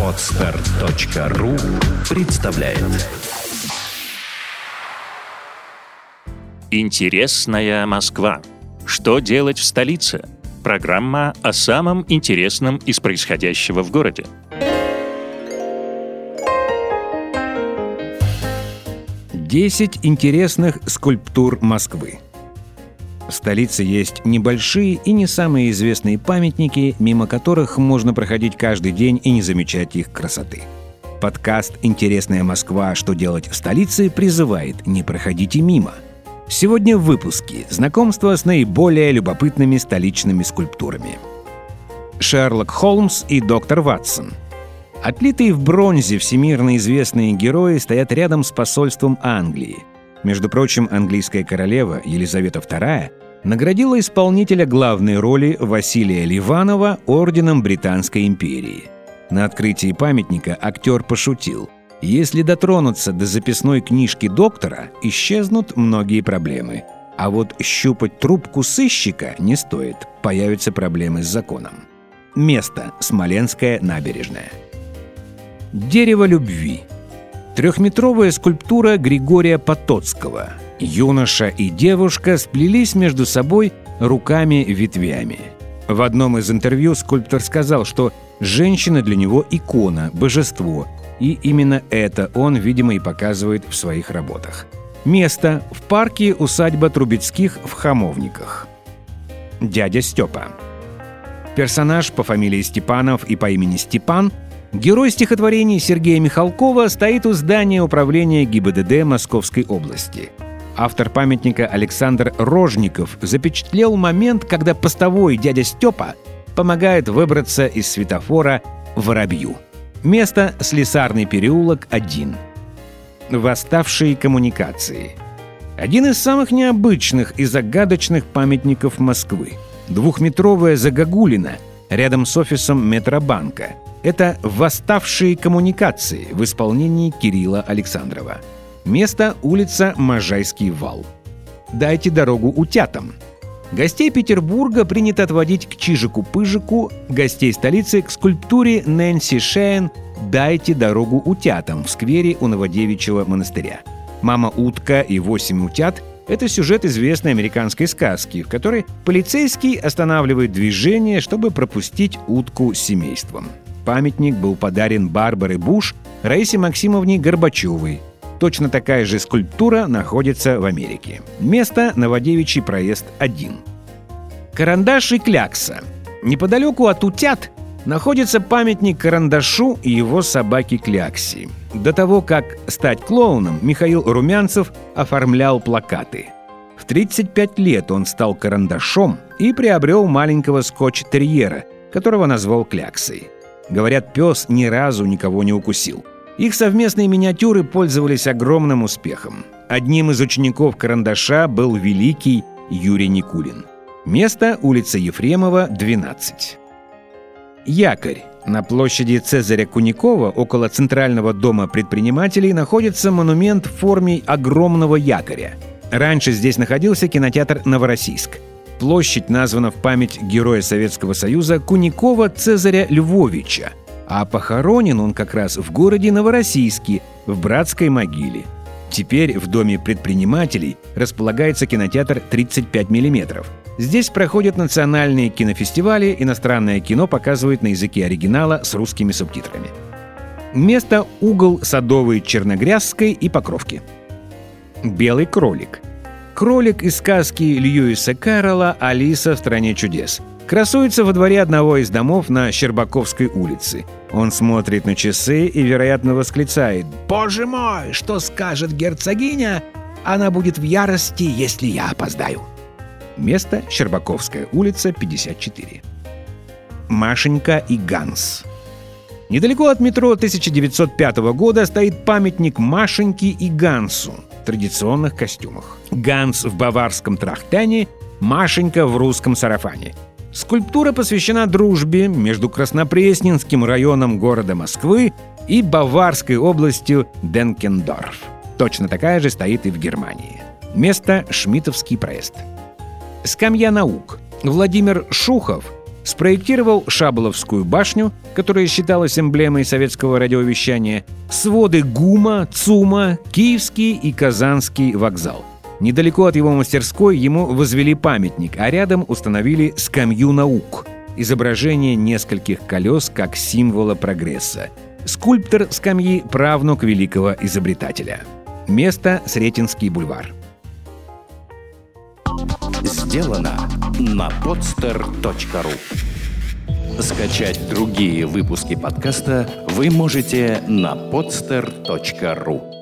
Podster.ru представляет. Интересная Москва. Что делать в столице? Программа о самом интересном из происходящего в городе. Десять интересных скульптур Москвы. В столице есть небольшие и не самые известные памятники, мимо которых можно проходить каждый день и не замечать их красоты. Подкаст «Интересная Москва. Что делать в столице» призывает: не проходите мимо. Сегодня в выпуске знакомство с наиболее любопытными столичными скульптурами. Шерлок Холмс и доктор Ватсон. Отлитые в бронзе всемирно известные герои стоят рядом с посольством Англии. Между прочим, английская королева Елизавета II наградила исполнителя главной роли Василия Ливанова орденом Британской империи. На открытии памятника актер пошутил: «Если дотронуться до записной книжки доктора, исчезнут многие проблемы. А вот щупать трубку сыщика не стоит, появятся проблемы с законом». Место: Смоленская набережная. Дерево любви. Трехметровая скульптура Григория Потоцкого. Юноша и девушка сплелись между собой руками-ветвями. В одном из интервью скульптор сказал, что женщина для него икона, божество, и именно это он, видимо, и показывает в своих работах. Место: в парке усадьба Трубецких в Хамовниках. Дядя Степа. Персонаж по фамилии Степанов и по имени Степан, герой стихотворений Сергея Михалкова, стоит у здания управления ГИБДД Московской области. Автор памятника Александр Рожников запечатлел момент, когда постовой дядя Степа помогает выбраться из светофора воробью. Место: Слесарный переулок, 1. Восставшие коммуникации. Один из самых необычных и загадочных памятников Москвы. Двухметровая загогулина рядом с офисом Метробанка. Это восставшие коммуникации в исполнении Кирилла Александрова. Место: улица Можайский вал. Дайте дорогу утятам. Гостей Петербурга принято отводить к Чижику-Пыжику, гостей столицы к скульптуре Нэнси Шейн «Дайте дорогу утятам» в сквере у Новодевичьего монастыря. «Мама-утка и 8 утят» — это сюжет известной американской сказки, в которой полицейский останавливает движение, чтобы пропустить утку с семейством. Памятник был подарен Барбаре Буш Раисе Максимовне Горбачевой. Точно такая же скульптура находится в Америке. Место: Новодевичий проезд, 1. Карандаш и клякса. Неподалеку от утят находится памятник Карандашу и его собаке Кляксе. До того, как стать клоуном, Михаил Румянцев оформлял плакаты. В 35 лет он стал карандашом и приобрел маленького скотч-терьера, которого назвал Кляксой. Говорят, пес ни разу никого не укусил. Их совместные миниатюры пользовались огромным успехом. Одним из учеников Карандаша был великий Юрий Никулин. Место: улица Ефремова, 12. Якорь. На площади Цезаря Куникова около Центрального дома предпринимателей находится монумент в форме огромного якоря. Раньше здесь находился кинотеатр «Новороссийск». Площадь названа в память героя Советского Союза Куникова Цезаря Львовича, а похоронен он как раз в городе Новороссийске, в братской могиле. Теперь в Доме предпринимателей располагается кинотеатр 35 мм. Здесь проходят национальные кинофестивали, иностранное кино показывают на языке оригинала с русскими субтитрами. Место: угол Садовой, Черногрязской и Покровки. Белый кролик. Кролик из сказки Льюиса Кэрролла «Алиса в стране чудес». Красуется во дворе одного из домов на Щербаковской улице. Он смотрит на часы и, вероятно, восклицает: «Боже мой, что скажет герцогиня? Она будет в ярости, если я опоздаю». Место: Щербаковская улица, 54. Машенька и Ганс. Недалеко от метро 1905 года стоит памятник Машеньке и Гансу в традиционных костюмах. Ганс в баварском трахтане, Машенька в русском сарафане. Скульптура посвящена дружбе между Краснопресненским районом города Москвы и Баварской областью Денкендорф. Точно такая же стоит и в Германии. Место: Шмидтовский проезд. Скамья наук. Владимир Шухов Спроектировал Шаболовскую башню, которая считалась эмблемой советского радиовещания, своды ГУМа, ЦУМа, Киевский и Казанский вокзал. Недалеко от его мастерской ему возвели памятник, а рядом установили скамью наук – изображение нескольких колес как символа прогресса. Скульптор скамьи – правнук великого изобретателя. Место – Сретенский бульвар. Сделано на podster.ru. Скачать другие выпуски подкаста вы можете на podster.ru.